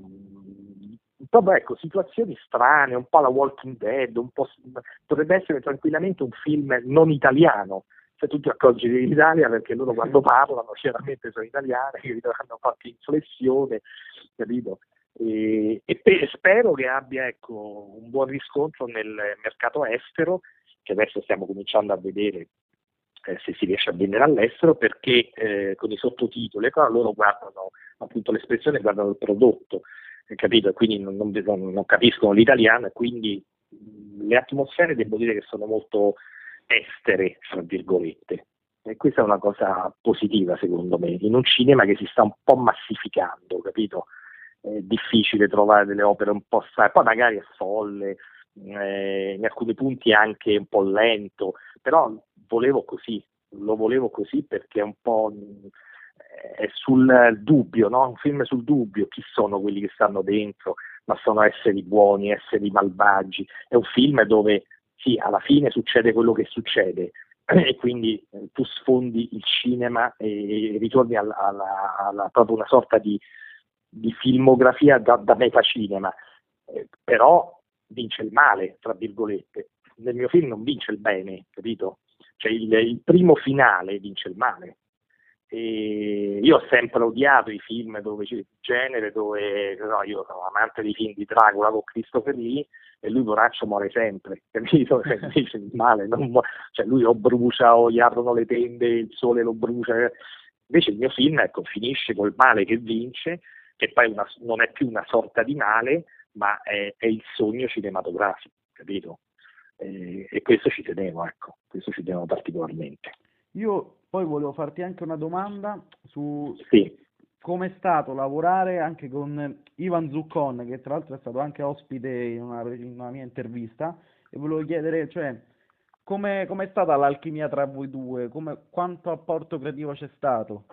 mh, proprio ecco, situazioni strane, un po' la Walking Dead, un po', potrebbe essere tranquillamente un film non italiano, se tu ti accorgi dell'Italia perché loro quando parlano chiaramente sono italiani, capito? Hanno qualche inflessione, capito? E, e pe- spero che abbia ecco, un buon riscontro nel mercato estero, che adesso stiamo cominciando a vedere eh, se si riesce a vendere all'estero, perché eh, con i sottotitoli ecco, loro guardano appunto l'espressione, guardano il prodotto, eh, capito? Quindi non, non, non capiscono l'italiano e quindi mh, le atmosfere devo dire che sono molto estere, fra virgolette. E questa è una cosa positiva secondo me, in un cinema che si sta un po' massificando, capito? È difficile trovare delle opere un po' strane, poi magari è folle, eh, in alcuni punti è anche un po' lento, però volevo così, lo volevo così perché è un po' è sul dubbio, no? Un film sul dubbio, chi sono quelli che stanno dentro, ma sono esseri buoni, esseri malvagi, è un film dove sì, alla fine succede quello che succede e quindi eh, tu sfondi il cinema e ritorni alla, alla, alla proprio una sorta di, di filmografia da, da metacinema, eh, però vince il male, tra virgolette. Nel mio film non vince il bene, capito? Cioè il, il primo finale vince il male. E io ho sempre odiato i film dove c'è il genere, dove no, io sono amante dei film di Dracula con Christopher Lee e lui poraccio muore sempre, capito? Invece il male non mu- cioè lui o brucia o gli aprono le tende, il sole lo brucia. Invece il mio film ecco, finisce col male che vince, che poi una, non è più una sorta di male, ma è, è il sogno cinematografico, capito? E, e questo ci tenevo, ecco, questo ci tenevo particolarmente. Io poi volevo farti anche una domanda su Sì. come è stato lavorare anche con Ivan Zuccon, che tra l'altro è stato anche ospite in una, in una mia intervista, e volevo chiedere, cioè, come è stata l'alchimia tra voi due, come, quanto apporto creativo c'è stato?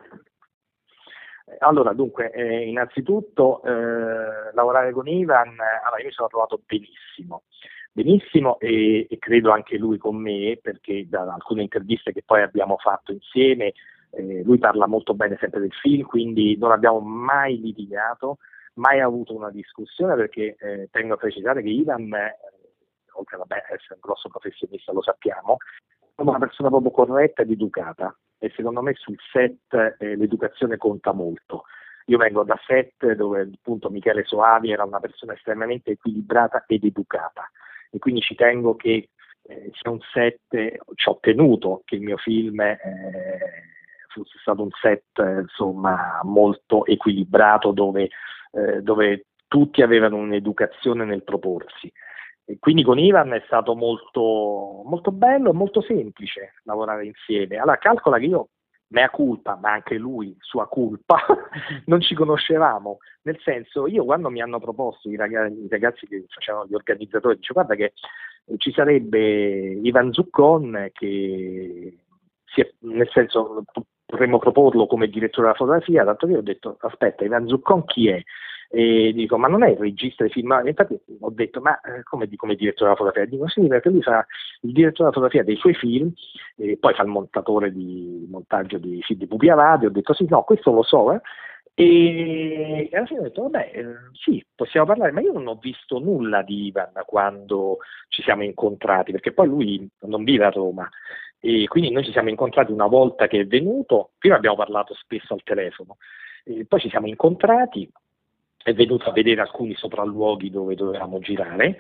Allora, dunque, eh, innanzitutto eh, lavorare con Ivan, allora io mi sono trovato benissimo, benissimo e, e credo anche lui con me, perché da alcune interviste che poi abbiamo fatto insieme, eh, lui parla molto bene sempre del film, quindi non abbiamo mai litigato, mai avuto una discussione, perché eh, tengo a precisare che Ivan, eh, oltre a essere un grosso professionista, lo sappiamo, è una persona proprio corretta ed educata. E secondo me sul set eh, l'educazione conta molto. Io vengo da set dove appunto Michele Soavi era una persona estremamente equilibrata ed educata e quindi ci tengo che eh, sia un set, eh, ci ho tenuto che il mio film eh, fosse stato un set eh, insomma molto equilibrato dove, eh, dove tutti avevano un'educazione nel proporsi. E quindi con Ivan è stato molto, molto bello e molto semplice lavorare insieme. Allora calcola che io, mea culpa, ma anche lui, sua colpa, non ci conoscevamo. Nel senso, io quando mi hanno proposto i ragazzi, i ragazzi che facevano gli organizzatori, dice guarda che ci sarebbe Ivan Zuccon che, si è, nel senso, potremmo proporlo come direttore della fotografia, tanto che io ho detto aspetta, Ivan Zuccon chi è? E dico ma non è il regista dei film? Infatti ho detto ma eh, come, come direttore della fotografia? Dico sì, perché lui fa il direttore della fotografia dei suoi film e poi fa il montatore di montaggio di film di Pupi Avati. Ho detto sì, no, questo lo so, eh. E alla fine ho detto, vabbè, eh, sì, possiamo parlare, ma io non ho visto nulla di Ivan quando ci siamo incontrati, perché poi lui non vive a Roma, e quindi noi ci siamo incontrati una volta che è venuto, prima abbiamo parlato spesso al telefono, e poi ci siamo incontrati, è venuto a vedere alcuni sopralluoghi dove dovevamo girare,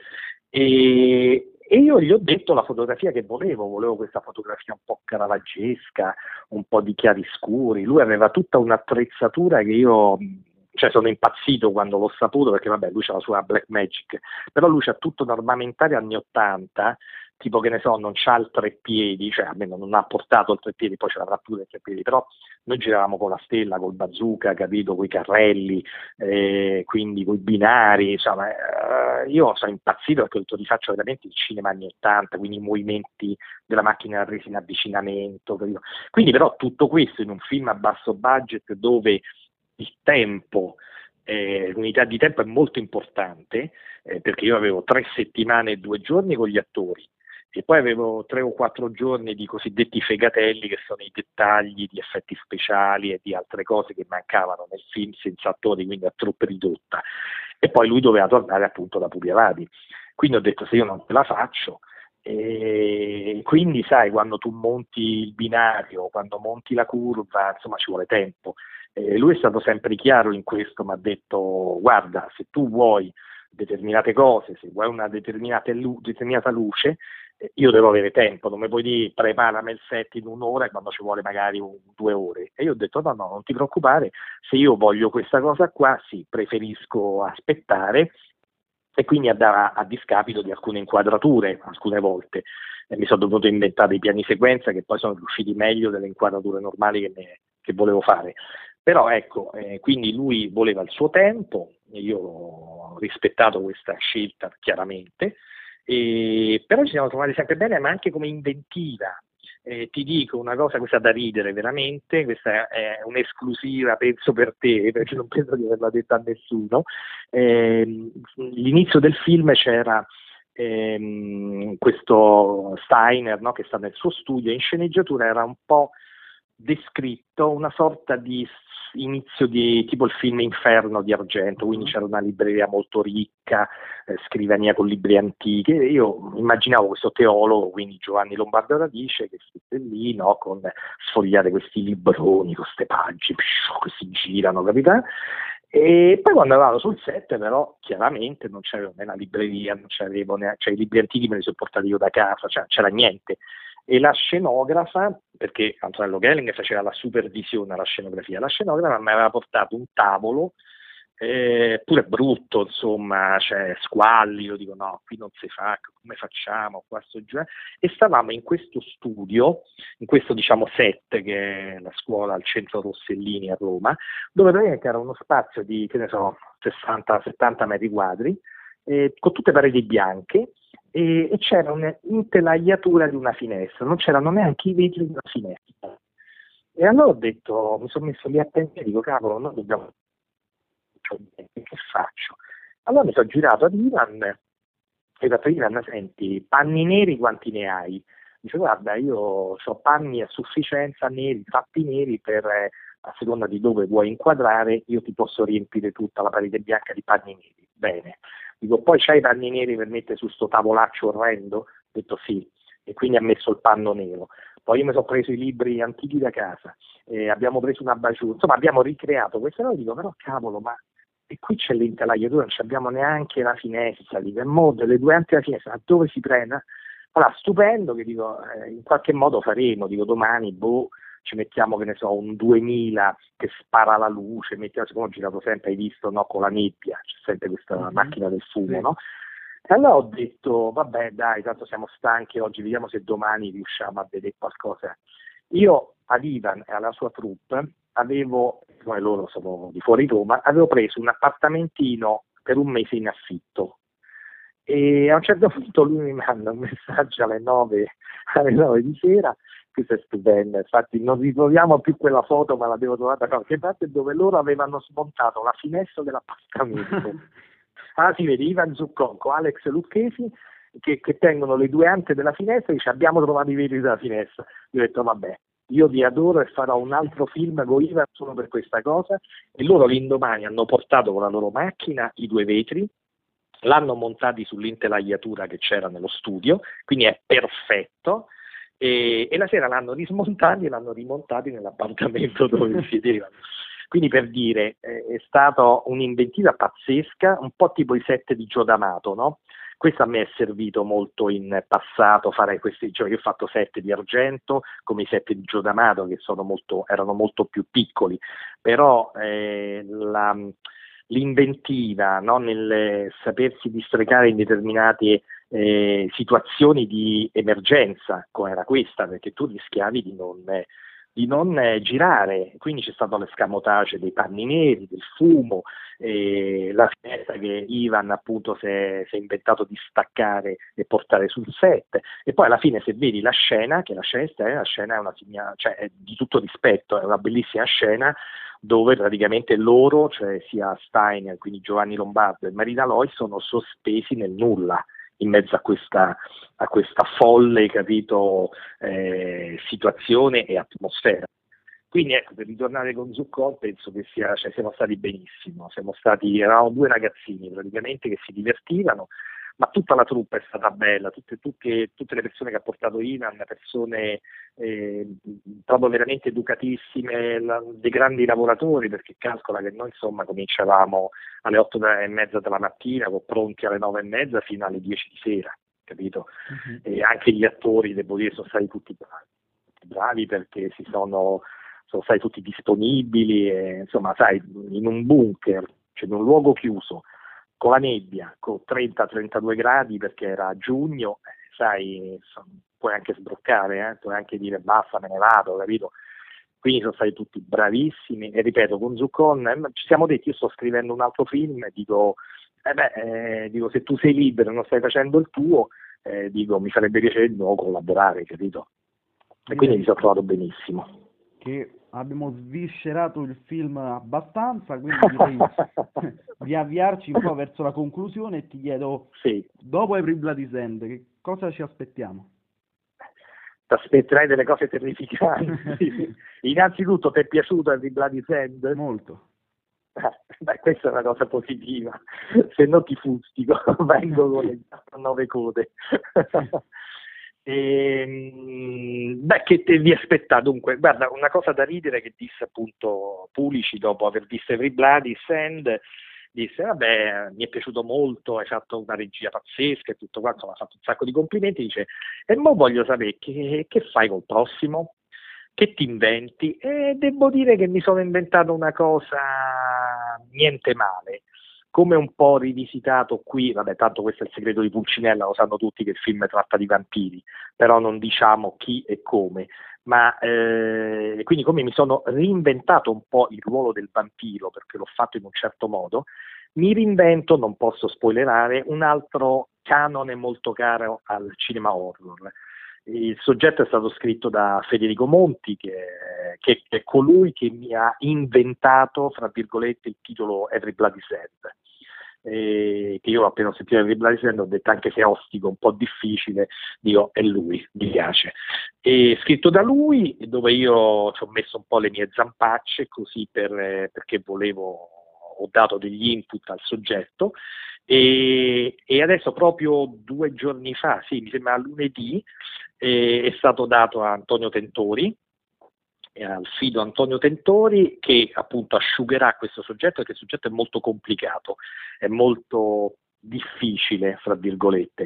e, e io gli ho detto la fotografia che volevo, volevo questa fotografia un po' caravaggesca, un po' di chiaroscuri. Lui aveva tutta un'attrezzatura che io, cioè, sono impazzito quando l'ho saputo, perché vabbè, lui c'ha la sua Blackmagic, però lui c'ha tutto un armamentario anni ottanta, tipo, che ne so, non c'ha il treppiedi, cioè almeno non ha portato il treppiedi, poi ce l'avrà pure il treppiedi, però noi giravamo con la stella, col bazooka, capito, coi carrelli, eh, quindi coi binari, insomma, eh, io sono impazzito perché ho detto, rifaccio veramente il cinema anni ottanta, quindi i movimenti della macchina resa in avvicinamento, capito? Quindi però tutto questo in un film a basso budget dove il tempo, eh, l'unità di tempo è molto importante, eh, perché io avevo tre settimane e due giorni con gli attori, e poi avevo tre o quattro giorni di cosiddetti fegatelli, che sono i dettagli di effetti speciali e di altre cose che mancavano nel film senza attori, quindi a troupe ridotta, e poi lui doveva tornare appunto da Pupi Avati. Quindi ho detto, se io non ce la faccio, e quindi sai, quando tu monti il binario, quando monti la curva, insomma ci vuole tempo. E lui è stato sempre chiaro in questo, mi ha detto, guarda, se tu vuoi determinate cose, se vuoi una determinata, lu- determinata luce, io devo avere tempo, non mi puoi dire preparami il set in un'ora quando ci vuole magari un, due ore. E io ho detto no, no, non ti preoccupare, se io voglio questa cosa qua, sì, preferisco aspettare, e quindi andava a discapito di alcune inquadrature alcune volte. E mi sono dovuto inventare dei piani sequenza che poi sono riusciti meglio delle inquadrature normali che, ne, che volevo fare. Però ecco, eh, quindi lui voleva il suo tempo, e io ho rispettato questa scelta chiaramente, e, però ci siamo trovati sempre bene, ma anche come inventiva. Eh, ti dico una cosa, questa da ridere veramente, questa è un'esclusiva penso per te, perché non penso di averla detta a nessuno. Eh, l'inizio del film c'era ehm, questo Steiner, no, che sta nel suo studio, in sceneggiatura era un po' descritto una sorta di inizio di tipo il film Inferno di Argento, quindi c'era una libreria molto ricca, eh, scrivania con libri antichi. Io immaginavo questo teologo, quindi Giovanni Lombardo Radice, che stesse lì, no, con sfogliare questi libroni con queste pagine che si girano, capito? E poi quando andavo sul set, però, chiaramente non c'avevo né la libreria, non c'avevo neanche, cioè i libri antichi me li sono portati io da casa, cioè c'era niente. E la scenografa, perché Antonello Gelling faceva la supervisione alla scenografia, la scenografa mi aveva portato un tavolo, eh, pure brutto, insomma, cioè squalli, io dico no, qui non si fa, come facciamo, qua sto giù, e stavamo in questo studio, in questo diciamo set, che è la scuola al centro Rossellini a Roma, dove praticamente era uno spazio di, che ne so, sessanta settanta metri quadri, eh, con tutte pareti bianche, e, e c'era un'intelaiatura di una finestra, non c'erano neanche i vetri di una finestra. E allora ho detto, mi sono messo lì a pensare, dico cavolo, noi dobbiamo, che faccio? Allora mi sono girato ad Ivan e ho detto, Ivan, senti, panni neri quanti ne hai? Dice, guarda, io ho panni a sufficienza neri, fatti neri per, eh, a seconda di dove vuoi inquadrare, io ti posso riempire tutta la parete bianca di panni neri. Bene. Dico, poi c'hai i panni neri per mettere su sto tavolaccio orrendo? Ho detto sì, e quindi ha messo il panno nero. Poi io mi sono preso i libri antichi da casa, eh, abbiamo preso una baciù, insomma abbiamo ricreato questa cosa. Dico, però cavolo, ma e qui c'è l'intelaiatura, non abbiamo neanche la finestra, dico, e mo delle due anti la finestra, ma dove si prende? Allora, stupendo, che dico, eh, in qualche modo faremo, dico, domani, boh, ci mettiamo, che ne so, un duemila che spara la luce, mettiamo, siccome ho girato sempre, hai visto, no, con la nebbia, c'è sempre questa mm-hmm. macchina del fumo, sì. No? E allora ho detto, vabbè, dai, tanto siamo stanchi oggi, vediamo se domani riusciamo a vedere qualcosa. Io ad Ivan e alla sua troupe avevo, come loro sono di fuori Roma, avevo preso un appartamentino per un mese in affitto. E a un certo punto lui mi manda un messaggio alle nove, alle nove di sera, questo è stupendo, infatti non ritroviamo più quella foto, ma l'avevo trovata qua, che parte dove loro avevano smontato la finestra dell'appartamento. Ah, si vede Ivan Zucconco, Alex Lucchesi, che, che tengono le due ante della finestra, e dice abbiamo trovato i vetri della finestra. Io ho detto vabbè, io vi adoro e farò un altro film con Ivan solo per questa cosa. E loro l'indomani hanno portato con la loro macchina i due vetri, l'hanno montati sull'intelaiatura che c'era nello studio, quindi è perfetto, e, e la sera l'hanno rismontati e l'hanno rimontati nell'appartamento dove siedevano. Quindi, per dire, eh, è stata un'inventiva pazzesca, un po' tipo i set di Gio D'Amato, no? Questo a me è servito molto in passato, fare questi giochi. Io ho fatto set di argento, come i set di Gio D'Amato, che sono molto, erano molto più piccoli, però eh, la, l'inventiva, no? Nel sapersi distrecare in determinate eh, situazioni di emergenza, come era questa, perché tu rischiavi di non... Eh, di non eh, girare, quindi c'è stato l'escamotage dei panni neri, del fumo, eh, la finestra che Ivan appunto si è, si è inventato di staccare e portare sul set, e poi alla fine, se vedi la scena, che la scena esterna, la scena è una cioè è di tutto rispetto, è una bellissima scena dove praticamente loro, cioè sia Stein, quindi Giovanni Lombardo e Marina Loi, sono sospesi nel nulla, in mezzo a questa, a questa folle, capito, eh, situazione e atmosfera. Quindi, ecco, per ritornare con Zuccon, penso che sia, cioè, siamo stati benissimo, siamo stati, eravamo due ragazzini praticamente che si divertivano, ma tutta la troupe è stata bella, tutte, tutte, tutte le persone che ha portato Ivan, persone eh, proprio veramente educatissime, la, dei grandi lavoratori, perché calcola che noi insomma cominciavamo alle otto e mezza della mattina, con pronti alle nove e mezza fino alle dieci di sera, capito? Uh-huh. E anche gli attori, devo dire, sono stati tutti bravi, bravi perché si sono, sono stati tutti disponibili, e, insomma, sai, in un bunker, cioè in un luogo chiuso, con la nebbia, con trenta trentadue gradi, perché era giugno, eh, sai, puoi anche sbroccare, eh? Puoi anche dire basta, me ne vado, capito? Quindi sono stati tutti bravissimi, e ripeto, con Zuccon eh, ci siamo detti, io sto scrivendo un altro film, e dico, eh beh, eh, dico, se tu sei libero e non stai facendo il tuo, eh, dico, mi farebbe piacere di nuovo collaborare, capito? E quindi mi sono trovato benissimo. Che abbiamo sviscerato il film abbastanza, quindi direi di avviarci un po' verso la conclusione, e ti chiedo, sì. Dopo Every Bloody Sand, che cosa ci aspettiamo? Ti aspetterai delle cose terrificanti. Innanzitutto, ti è piaciuto Every Bloody Sand? Molto. Eh, beh, questa è una cosa positiva, se no ti fustico, vengo con le nove code. E, beh, che te vi aspetta? Dunque, guarda, una cosa da ridere che disse appunto Pulici dopo aver visto Every Bloody Sand, disse, vabbè, mi è piaciuto molto, hai fatto una regia pazzesca e tutto quanto, mi ha fatto un sacco di complimenti, dice, e mo voglio sapere che, che fai col prossimo? Che ti inventi? E devo dire che mi sono inventato una cosa niente male, come un po' rivisitato qui, vabbè, tanto questo è il segreto di Pulcinella, lo sanno tutti che il film tratta di vampiri, però non diciamo chi e come, ma eh, quindi come mi sono reinventato un po' il ruolo del vampiro, perché l'ho fatto in un certo modo, mi reinvento, non posso spoilerare, un altro canone molto caro al cinema horror. Il soggetto è stato scritto da Federico Monti, che, che, che è colui che mi ha inventato, fra virgolette, il titolo Every Bloody Sand. Eh, che io appena ho sentito Every Bloody Sand ho detto, anche se è ostico, un po' difficile, dico, è lui, mi piace. E scritto da lui, dove io ci ho messo un po' le mie zampacce, così per, perché volevo, ho dato degli input al soggetto, e, e adesso proprio due giorni fa, sì, mi sembra lunedì, eh, è stato dato a Antonio Tentori, al fido Antonio Tentori, che appunto asciugherà questo soggetto, perché il soggetto è molto complicato, è molto difficile, fra virgolette,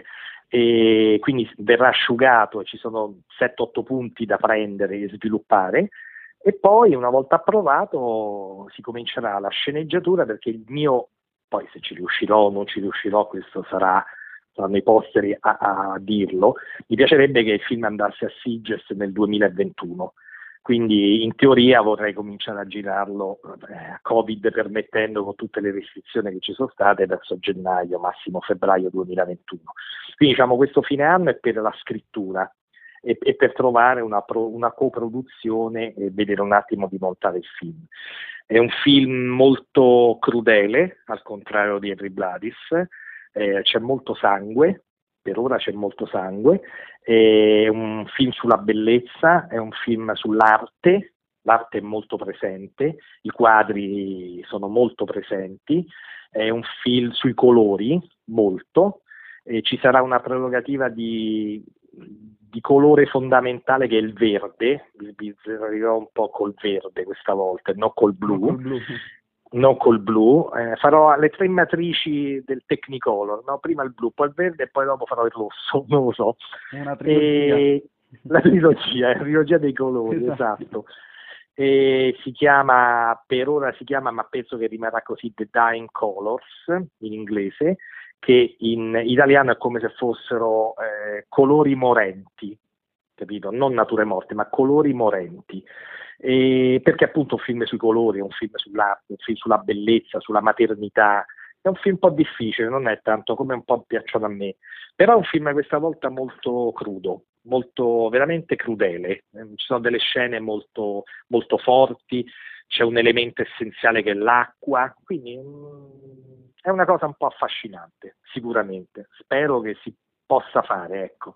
e quindi verrà asciugato e ci sono sette otto punti da prendere e sviluppare, e poi una volta approvato si comincerà la sceneggiatura, perché il mio, poi se ci riuscirò o non ci riuscirò, questo sarà, saranno i posteri a, a dirlo, mi piacerebbe che il film andasse a Sitges nel duemilaventuno. Quindi in teoria vorrei cominciare a girarlo, eh, Covid permettendo, con tutte le restrizioni che ci sono state, verso gennaio, massimo febbraio duemilaventuno. Quindi diciamo questo fine anno è per la scrittura e, e per trovare una, pro, una coproduzione e vedere un attimo di montare il film. È un film molto crudele, al contrario di Every Bloody, eh, c'è molto sangue, per ora c'è molto sangue, è un film sulla bellezza, è un film sull'arte, l'arte è molto presente, i quadri sono molto presenti, è un film sui colori, molto, e ci sarà una prerogativa di, di colore fondamentale che è il verde, vi arriverò un po' col verde questa volta, non col blu. Non col blu. Non col blu, eh, farò le tre matrici del Technicolor, no? Prima il blu, poi il verde e poi dopo farò il rosso, non lo so. Una trilogia. E... La trilogia, la trilogia dei colori, esatto. esatto. E si chiama, per ora si chiama, ma penso che rimarrà così, The Dying Colors in inglese, che in italiano è come se fossero eh, colori morenti, capito? Non nature morte, ma colori morenti. E perché appunto un film sui colori, è un film sull'arte, un film sulla bellezza, sulla maternità, è un film un po' difficile, non è tanto come un po' piacciono a me, però è un film questa volta molto crudo, molto veramente crudele, ci sono delle scene molto, molto forti, c'è un elemento essenziale che è l'acqua, quindi mm, è una cosa un po' affascinante, sicuramente, spero che si possa fare, ecco.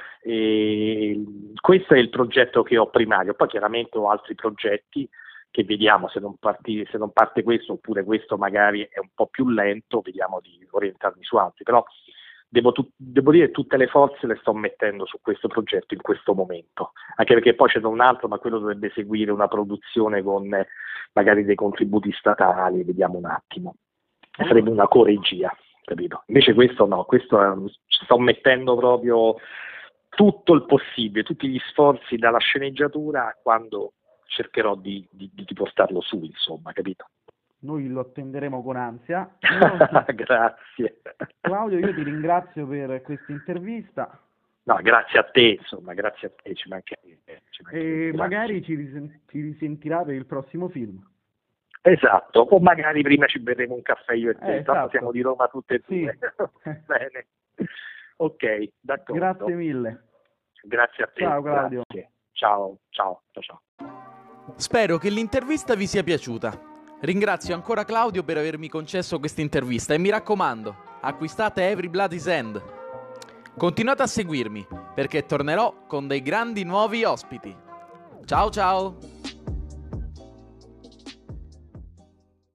E questo è il progetto che ho primario, poi chiaramente ho altri progetti che vediamo se non, parti, se non parte questo oppure questo magari è un po' più lento, vediamo di orientarmi su altri, però devo, tu, devo dire che tutte le forze le sto mettendo su questo progetto in questo momento, anche perché poi c'è un altro, ma quello dovrebbe seguire una produzione con eh, magari dei contributi statali, vediamo un attimo, sarebbe una coregia, capito? Invece questo no, questo è, sto mettendo proprio tutto il possibile, tutti gli sforzi dalla sceneggiatura quando cercherò di, di, di portarlo su, insomma, capito? Noi lo attenderemo con ansia. Grazie. Claudio, io ti ringrazio per questa intervista. No, grazie a te, insomma, grazie a te, ci mancherebbe. Ci mancherebbe, e magari ci, risen- ci risentirà per il prossimo film. Esatto, o magari prima ci berremo un caffè io e te, eh, tanto esatto. siamo di Roma tutte e due. Sì. Bene. Ok, d'accordo. Grazie mille. Grazie a te. Ciao Claudio. Grazie. Ciao, ciao, ciao, ciao. Spero che l'intervista vi sia piaciuta. Ringrazio ancora Claudio per avermi concesso questa intervista e mi raccomando, acquistate Every Bloody's End. Continuate a seguirmi perché tornerò con dei grandi nuovi ospiti. Ciao ciao!